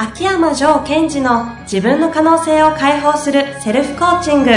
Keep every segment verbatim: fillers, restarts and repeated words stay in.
秋山城賢治の自分の可能性を解放するセルフコーチング。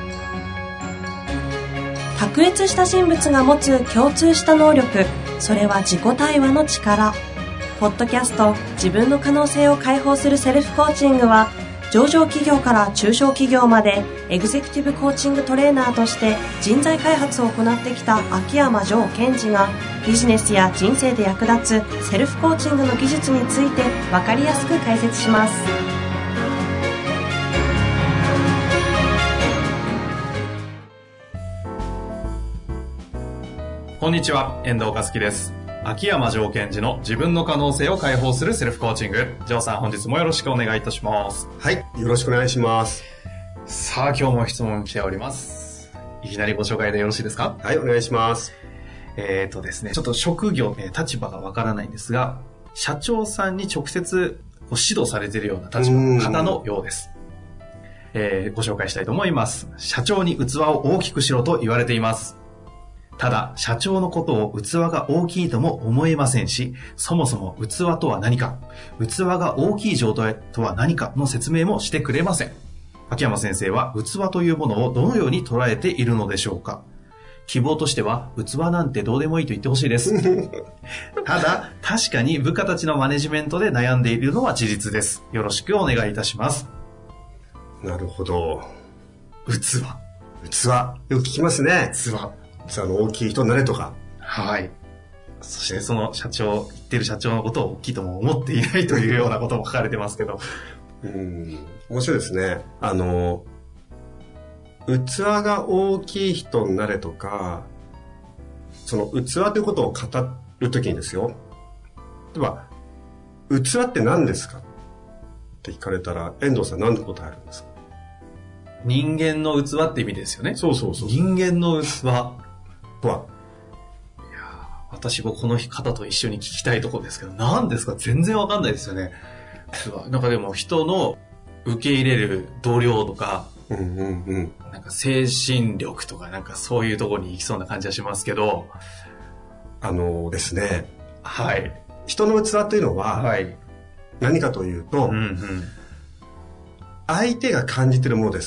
卓越した人物が持つ共通した能力、それは自己対話の力。ポッドキャスト自分の可能性を解放するセルフコーチングは、上場企業から中小企業までエグゼクティブコーチングトレーナーとして人材開発を行ってきた秋山城賢治が、ビジネスや人生で役立つセルフコーチングの技術について分かりやすく解説します。 こんにちは、遠藤和樹です。秋山城賢治の自分の可能性を解放するセルフコーチング。城さん、本日もよろしくお願いいたします。 はい、よろしくお願いします。 さあ、今日も質問来ております。いきなりご紹介でよろしいですか？ はい、お願いします。 えーとですね、ちょっと職業、えー、立場がわからないんですが、社長さんに直接こう指導されているような立場の方のようです。えー、ご紹介したいと思います。社長に器を大きくしろと言われています。ただ、社長のことを器が大きいとも思えませんし、そもそも器とは何か、器が大きい状態とは何かの説明もしてくれません。秋山先生は器というものをどのように捉えているのでしょうか？希望としては、器なんてどうでもいいと言ってほしいです。ただ、確かに部下たちのマネジメントで悩んでいるのは事実です。よろしくお願いいたします。 なるほど。 器。 器。よく聞きますね。 器。 器の大きい人になれとか。 はい。そしてその社長、言ってる社長のことを大きいとも思っていないというようなことも書かれてますけど。 うーん、面白いですね。あの、器が大きい人になれとか、その器ということを語るときにですよ。例えば、器って何ですかって聞かれたら、遠藤さん何て答えるんですか？ 人間の器って意味ですよね。 そうそうそう。 人間の器。とは。 いや私もこの方と一緒に聞きたいところですけど、何ですか？全然わかんないですよね。なんかでも人の受け入れる度量とか、 うんうんうん、 なんか精神力とかなんかそういうところに行きそうな感じはしますけど、 あのですね、 はい、 人の器というのは、 はい、 何かというと、 うんうん、 相手が感じているものです。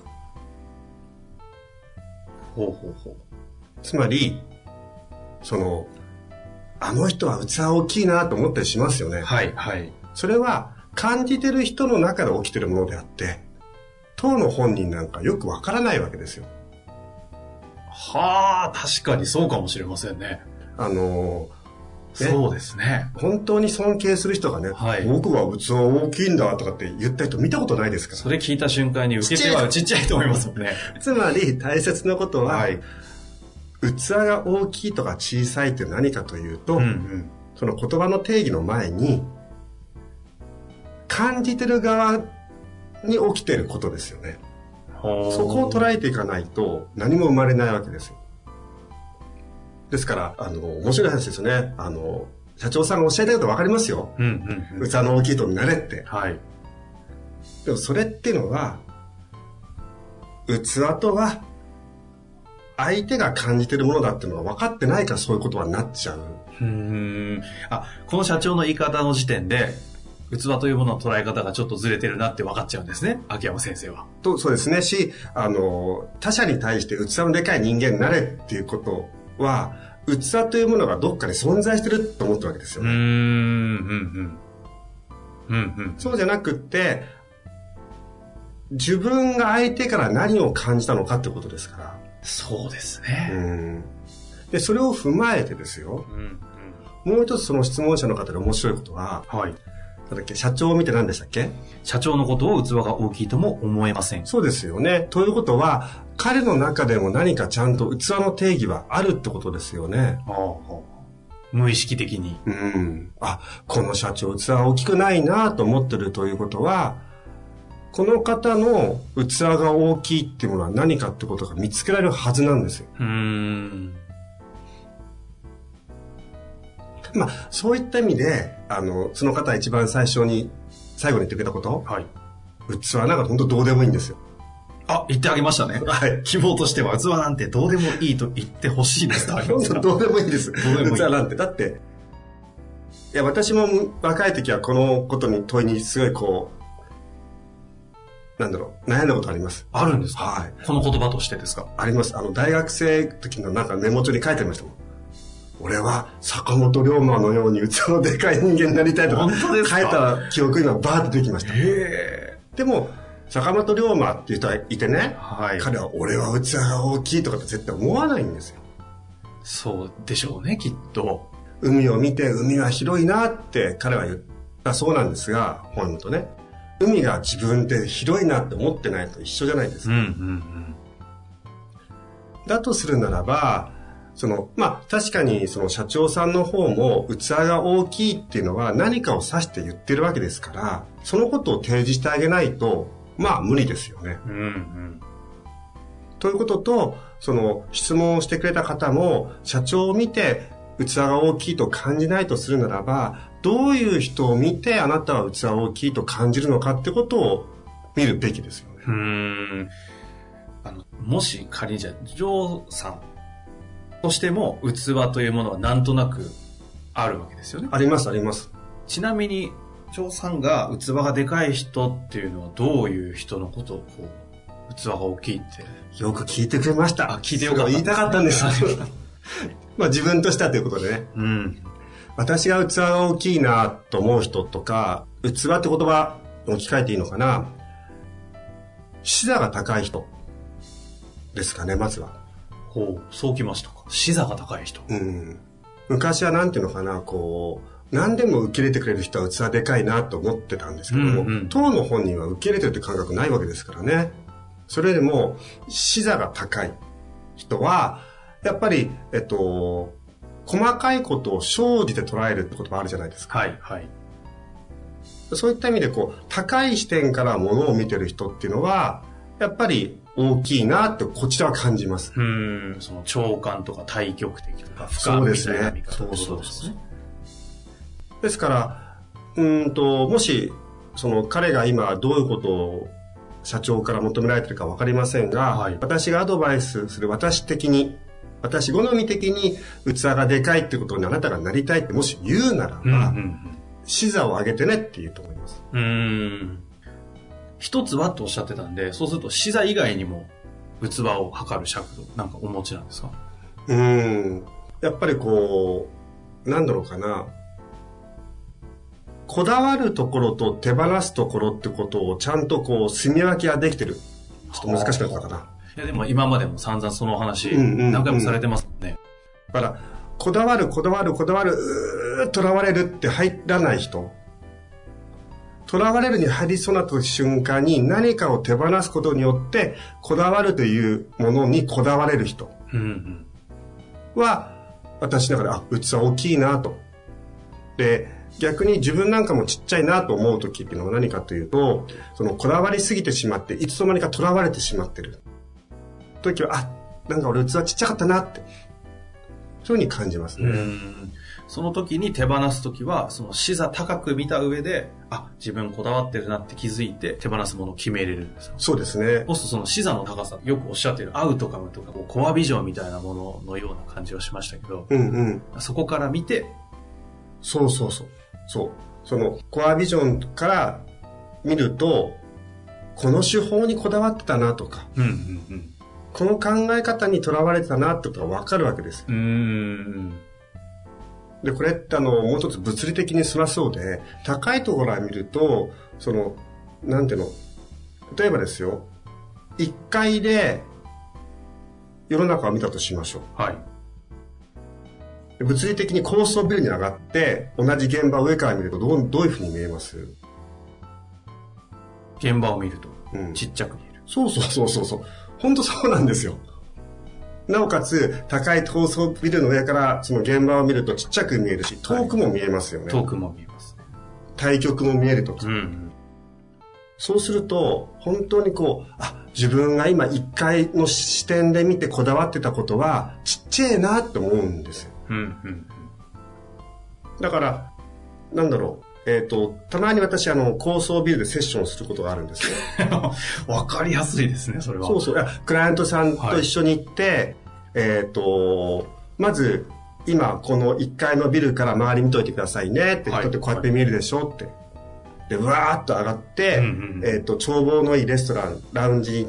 ほうほうほう。 つまりそのあの人は器大きいなと思ったりしますよね。 はいはい。 それは感じてる人の中で起きてるものであって、当の本人なんかよくわからないわけですよ。 はあ、確かにそうかもしれませんね。 あのね、そうですね。 本当に尊敬する人がね、はい、僕は器大きいんだとかって言った人見たことないですから。 それ聞いた瞬間に受け手はちっちゃいと思いますもんね。 つまり大切なことは、はい、器が大きいとか小さいって何かというと、うんうん、その言葉の定義の前に感じてる側に起きてることですよね。そこを捉えていかないと何も生まれないわけですよ。ですからあの面白い話ですよね。あの社長さんがおっしゃりたいこと分かりますよ、うんうんうん、器の大きい人になれって、はい、でもそれっていうのは器とは相手が感じてるものだっていうのが分かってないからそういうことになっちゃう。 うーん、あ、この社長の言い方の時点で器というものの捉え方がちょっとずれてるなって分かっちゃうんですね、秋山先生は。 とそうですね。し、あの他者に対して器のでかい人間になれっていうことは器というものがどっかに存在してると思ってるわけですよね。うーん、うんうんうんうん、そうじゃなくって自分が相手から何を感じたのかってことですから。 そうですね。 うん、でそれを踏まえてですよ、うんうん、もう一つその質問者の方で面白いことは、はい、なんだっけ、社長を見て何でしたっけ？ 社長のことを器が大きいとも思えません。 そうですよね。ということは彼の中でも何かちゃんと器の定義はあるってことですよね。ああ、 無意識的に、 うん、あ、この社長器大きくないなと思ってるということは、この方の器が大きいっていうものは何かってことが見つけられるはずなんですよ。うーん、まあそういった意味であのその方一番最初に最後に言ってくれたこと、はい、器なんか本当どうでもいいんですよ。 あ、言ってあげましたね。はい。希望としては器なんてどうでもいいと言ってほしいです。 本当どうでもいいです。どうでもいい。器なんてだっていや、私も若い時はこのことに問いにすごいこう、なんだろう、悩んだことあります。 あるんですか？ はい。 この言葉としてですか？ あります。あの、大学生の時のなんかメモ帳に書いてましたもん。俺は坂本龍馬のように器のでかい人間になりたいとか、 本当ですか？ 書いた記憶今バーって出てきました。 へでも、坂本龍馬っていう人がいてね、 はい、 彼は俺は器が大きいとかって絶対思わないんですよ。 そうでしょうね、きっと。 海を見て海は広いなって彼は言ったそうなんですが、本当ね、海が自分で広いなって思ってないと一緒じゃないですか。 うんうんうん、 だとするならば、その、まあ、確かにその社長さんの方も器が大きいっていうのは何かを指して言ってるわけですから、そのことを提示してあげないと、まあ無理ですよね。 うんうん、 ということと、その質問をしてくれた方も社長を見て器が大きいと感じないとするならば、どういう人を見てあなたは器が大きいと感じるのかってことを見るべきですよね。 うーん、あのもし仮にじゃあジョーさんとしても器というものはなんとなくあるわけですよね。 ありますあります。 ちなみにジョーさんが器がでかい人っていうのはどういう人のことをこう器が大きいってよく聞いてくれました。 あ、聞いてよかった。 言いたかったんですまあ自分としてはということでね、 うん、 私が器が大きいなと思う人とか、器って言葉を置き換えていいのかな、視座が高い人ですかね、まずは。 ほう、そうきましたか。視座が高い人。 うん。昔はなんていうのかな、こう、何でも受け入れてくれる人は器でかいなと思ってたんですけども、うんうん、当の本人は受け入れてるって感覚ないわけですからね。それでも、視座が高い人は、やっぱり、えっと、細かいことを生じて捉えるってこともあるじゃないですか。 はいはい。 そういった意味でこう高い視点からものを見てる人っていうのはやっぱり大きいなってこちらは感じます。 うーん、その長官とか対極的とか深みみたいな見方ってことですね。 ですからうーんともしその彼が今どういうことを社長から求められてるか分かりませんが、はい、私がアドバイスする私的に私好み的に器がでかいってことにあなたがなりたいってもし言うならば、うんうんうん、視座を上げてねって言うと思います。 うーん。一つはとおっしゃってたんで、そうすると視座以外にも器を測る尺度なんかお持ちなんですか？ うーん。やっぱりこう、なんだろうかな。こだわるところと手放すところってことをちゃんとこう、住み分けができてる。ちょっと難しかったかな。 いやでも今までも散々その話何回もされてますもんね。 だから、こだわる、こだわる、こだわる、うー、とらわれるって入らない人。とらわれるに入りそうな瞬間に何かを手放すことによって、こだわるというものにこだわれる人は、うんうん、私の中で、あ、器大きいなと。で、逆に自分なんかもちっちゃいなと思う時っていうのは何かというと、そのこだわりすぎてしまって、いつの間にかとらわれてしまってる時は、あ、なんか俺器ちっちゃかったなって。そういうふうに感じますね。 うん、その時に手放す時はその視座高く見た上で、あ、自分こだわってるなって気づいて手放すものを決めれるんですよ。 そうですね。 そうするとその視座の高さ、よくおっしゃっているアウトカムとかこうコアビジョンみたいなもののような感じはしましたけど、 うんうん、 そこから見て、 そうそうそうそうそのコアビジョンから見ると、この手法にこだわってたなとか。 うんうんうん、 この考え方にとらわれてたなってことが分かるわけです。 うーん。 で、これってあの、もう一つ物理的に済まそうで、高いところから見ると、その、なんていうの、例えばですよ、いっかいで世の中を見たとしましょう。はい。 物理的に高層ビルに上がって、同じ現場を上から見るとどう、どういうふうに見えます？ 現場を見ると、 うん、 ちっちゃく見える。 そうそうそうそうそう。本当そうなんですよ。なおかつ高い高層ビルの上からその現場を見るとちっちゃく見えるし、遠くも見えますよね。 はい、遠くも見えますね。 対極も見えるとか、 うん、 そうすると本当にこう、あ、自分が今一階の視点で見てこだわってたことはちっちゃいなって思うんですよ。 うんうん、 だからなんだろう。えっと、たまに私、あの、高層ビルでセッションすることがあるんですよ。 わかりやすいですね、それは。 そうそう。クライアントさんと一緒に行って、はい、えっと、まず、 今このいっかいのビルから周り見といてくださいねって人ってこうやって見えるでしょって。で、うわーっと上がって、うんうん、えっと、眺望のいいレストラン、ラウンジに行って、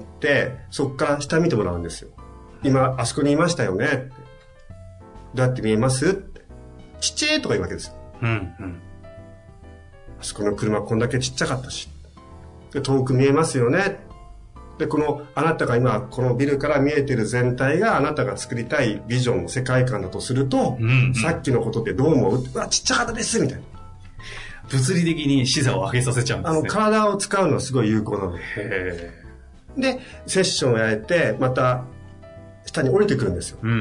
そこから下見てもらうんですよ。今、あそこにいましたよねって。どうやって見えますって。ちっちゃいとか言うわけですよ。うんうん。あそこの車こんだけちっちゃかったし。で、遠く見えますよね。で、この、あなたが今、このビルから見えてる全体があなたが作りたいビジョンの世界観だとすると、うんうん、さっきのことってどう思う？うわ、ちっちゃかったですみたいな。 物理的に視座を上げさせちゃうんですね。 あの、体を使うのはすごい有効なので。へー。で、セッションをやれて、また、下に降りてくるんですよ。うんうんうん。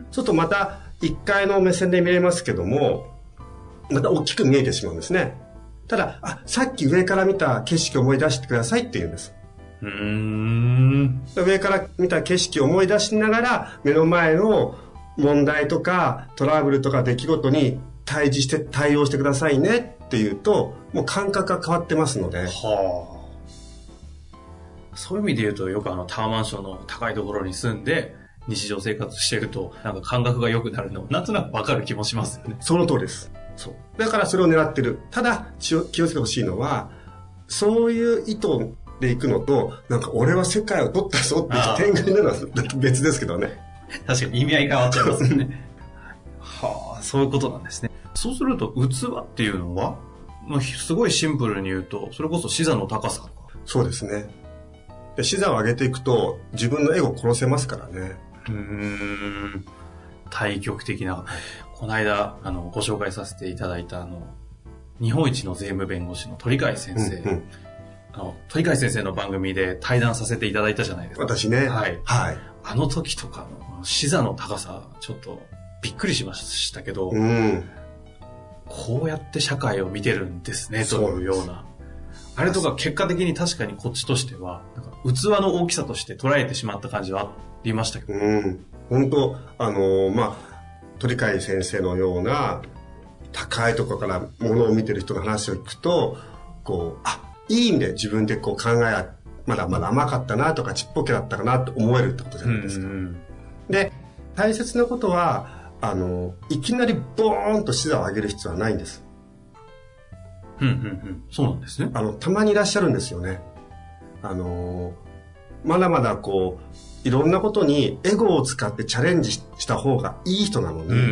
そうするとまた、いっかいの目線で見れますけども、また大きく見えてしまうんですね。ただ、あ、さっき上から見た景色を思い出してくださいって言うんです。うーん。上から見た景色を思い出しながら、目の前の問題とかトラブルとか出来事に対峙して対応してくださいねっていうと、もう感覚が変わってますので。はあ。そういう意味で言うと、よくあのタワーマンションの高いところに住んで日常生活してると、なんか感覚が良くなるのなんとなくわかる気もしますよね。 その通りです。そう。だからそれを狙ってる。ただ気をつけてほしいのは、そういう意図で行くのと、なんか俺は世界を取ったぞって点がになるのは別ですけどね。 確かに意味合い変わっちゃいますよね。はあ、そういうことなんですね。そうすると器っていうのは、まあ、すごいシンプルに言うと、それこそ視座の高さとか。 そうですね。で視座を上げていくと自分のエゴを殺せますからね。うーん。 対極的な。この間あのご紹介させていただいたあの日本一の税務弁護士の鳥飼先生。うんうん、あの鳥飼先生の番組で対談させていただいたじゃないですか。 私ね。 はい。はい。あの時とかの視座の高さちょっとびっくりしましたけど。うん。こうやって社会を見てるんですねというような。あれとか結果的に確かにこっちとしては、なんか器の大きさとして捉えてしまった感じはありましたけど。 うん。本当あのー、まあ、鳥飼先生のような高いところからものを見てる人の話を聞くと、こう、あ、いい意味で自分でこう考え、まだまだ甘かったなとかちっぽけだったかなと思えるってことじゃないですか。うん、で、大切なことは、あの、いきなりボーンと視座を上げる必要はないんです。 うんうんうん。そうなんですね。 あの、たまにいらっしゃるんですよね。あの、まだまだこう、いろんなことにエゴを使ってチャレンジした方がいい人なのに、うんうんうん、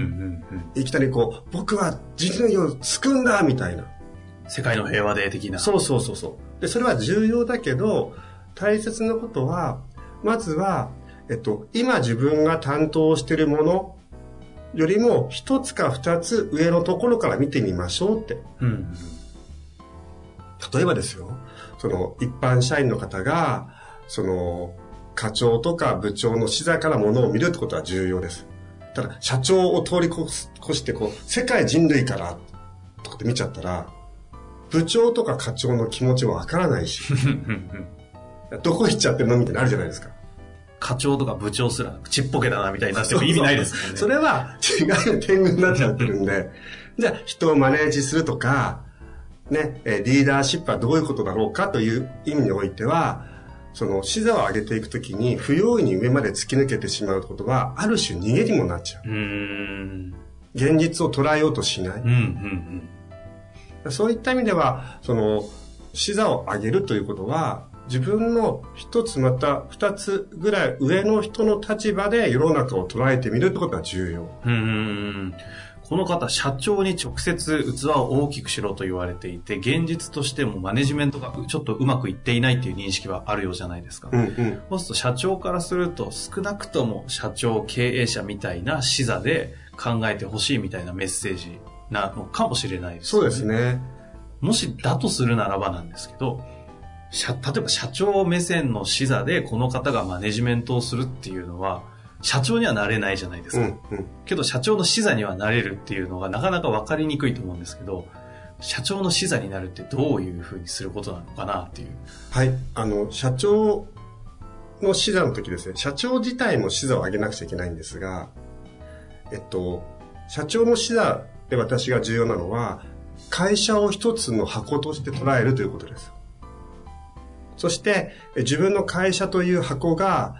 いきなりこう、僕は人類を救うんだみたいな。 世界の平和で的な。 そうそうそうそう。で、それは重要だけど、大切なことは、まずは、えっと、今自分が担当しているものよりも一つか二つ上のところから見てみましょうって。うんうん、例えばですよ、その一般社員の方が、その課長とか部長の視座からものを見るってことは重要です。ただ、社長を通り越してこう、世界人類からとかって見ちゃったら、部長とか課長の気持ちもわからないし、どこ行っちゃってるのみたいになるじゃないですか。 課長とか部長すらちっぽけだなみたいになっても意味ないですもんね。 それは違う天狗になっちゃってるんで、じゃあ人をマネージするとか、ね、リーダーシップはどういうことだろうかという意味においては、その視座を上げていくときに不用意に上まで突き抜けてしまうことはある種逃げにもなっちゃう。うーん、現実を捉えようとしない。うんうんうん、そういった意味では、その視座を上げるということは、自分の一つまた二つぐらい上の人の立場で世の中を捉えてみるってことが重要。うーん、この方、社長に直接器を大きくしろと言われていて、現実としてもマネジメントがちょっとうまくいっていないっていう認識はあるようじゃないですか。うんうん、そうすると社長からすると、少なくとも社長、経営者みたいな視座で考えてほしいみたいなメッセージなのかもしれないですね。 そうですね。 もしだとするならばなんですけど、例えば社長目線の視座でこの方がマネジメントをするっていうのは、社長にはなれないじゃないですか。うんうん、けど社長の視座にはなれるっていうのがなかなか分かりにくいと思うんですけど、社長の視座になるってどういうふうにすることなのかなっていう。 はい。あの、社長の視座の時ですね、社長自体も視座を上げなくちゃいけないんですが、えっと、社長の視座で私が重要なのは、会社を一つの箱として捉えるということです。そして、自分の会社という箱が、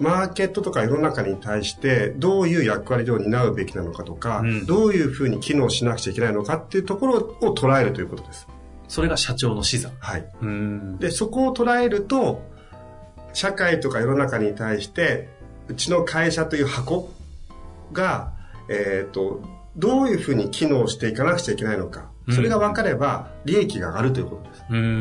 マーケットとか世の中に対してどういう役割を担うべきなのかとか、うん、どういうふうに機能しなくちゃいけないのかっていうところを捉えるということです。 それが社長の視座。 はい。うん。で、そこを捉えると、社会とか世の中に対して、うちの会社という箱が、えっと、どういうふうに機能していかなくちゃいけないのか。それが分かれば、利益が上がるということです。うんうんうんうん、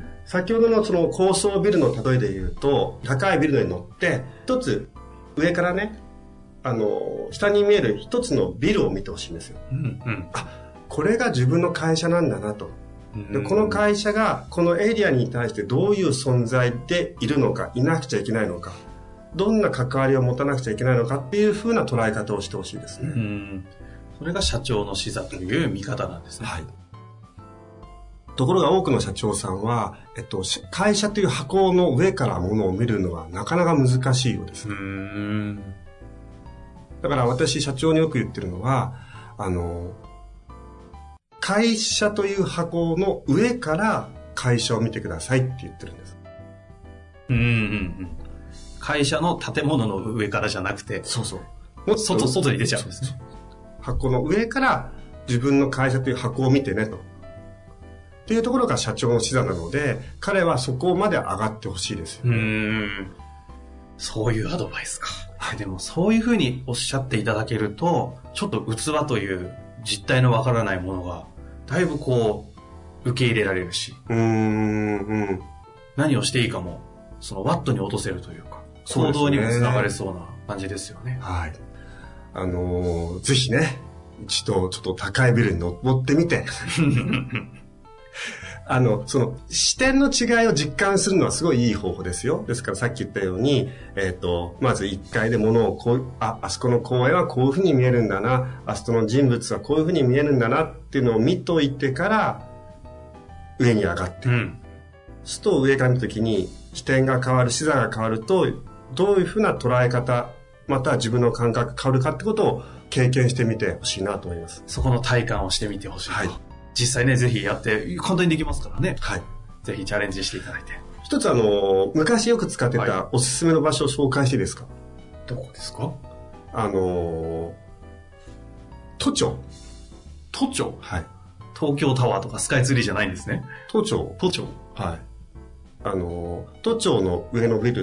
先ほどのその高層ビルの例えで言うと、高いビルに乗って、一つ上からね、あの、下に見える一つのビルを見てほしいんですよ。うんうん、あ、これが自分の会社なんだなと。で、この会社がこのエリアに対してどういう存在でいるのか、いなくちゃいけないのか、どんな関わりを持たなくちゃいけないのかっていう風な捉え方をしてほしいですね。うん、 それが社長の視座という見方なんですね。 はい。ところが多くの社長さんは、えっと、会社という箱の上からものを見るのはなかなか難しいようです。うーん。だから私、社長によく言ってるのは、あの、会社という箱の上から会社を見てくださいって言ってるんです。 うんうんうん。会社の建物の上からじゃなくて、 そうそう。 もっと外、外に出ちゃうんですね。 箱の上から自分の会社という箱を見てねと。っていうところが社長の視座なので、彼はそこまで上がってほしいですよね。うーん。 そういうアドバイスか。はい。でもそういうふうにおっしゃっていただけると、ちょっと器という実態のわからないものが、だいぶこう、受け入れられるし。うーん、うん。何をしていいかも、そのワットに落とせるというか、行動にもつながれそうな感じですよね。 はい。あのー、ぜひね、一度ちょっと高いビルに登ってみて、あの、その視点の違いを実感するのはすごいいい方法ですよ。ですからさっき言ったように、えっと、まずいっかいで物をこう、あ、あそこの公園はこういうふうに見えるんだな、あそこの人物はこういうふうに見えるんだなっていうのを見といてから上に上がって、うん、すると上から見たときに視点が変わる、視座が変わると、どういうふうな捉え方、または自分の感覚変わるかってことを経験してみてほしいなと思います。 そこの体感をしてみてほしい。はい。実際ね、ぜひやって、簡単にできますからね。はい。ぜひチャレンジしていただいて。 一つあの、昔よく使ってたおすすめの場所を紹介していいですか？ どこですか？ あの、都庁。 都庁？ はい。 東京タワーとかスカイツリーじゃないんですね。 都庁。 都庁。 はい。あの、都庁の上のビルって、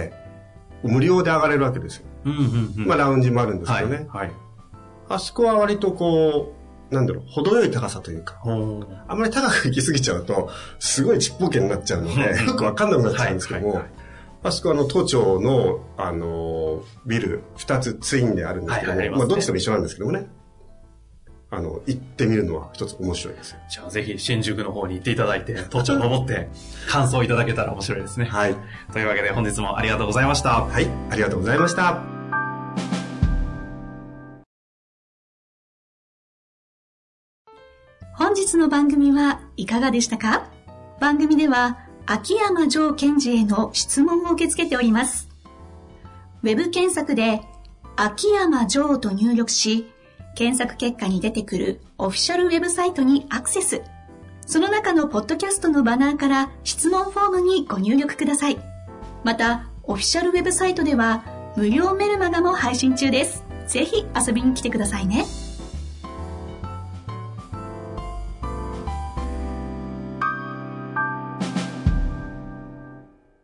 無料で上がれるわけですよ。うんうんうん。まあ、ラウンジもあるんですけどね。はい。はい、あそこは割とこう、なんだろう、程よい高さというか、あんまり高く行き過ぎちゃうと、すごいちっぽけになっちゃうので、よくわかんなくなっちゃうんですけども、はいはいはい、あそこはあの、都庁の、あの、ビル、二つツインであるんですけども、はいはい、まあ、どっちでも一緒なんですけどもね、あの、行ってみるのは一つ面白いですよ。 じゃあぜひ新宿の方に行っていただいて、都庁登って感想いただけたら面白いですね。はい。というわけで本日もありがとうございました。 はい、ありがとうございました。 本日の番組はいかがでしたか？番組では秋山城賢治への質問を受け付けております。ウェブ検索で秋山城と入力し、検索結果に出てくるオフィシャルウェブサイトにアクセス。その中のポッドキャストのバナーから質問フォームにご入力ください。また、オフィシャルウェブサイトでは無料メルマガも配信中です。ぜひ遊びに来てくださいね。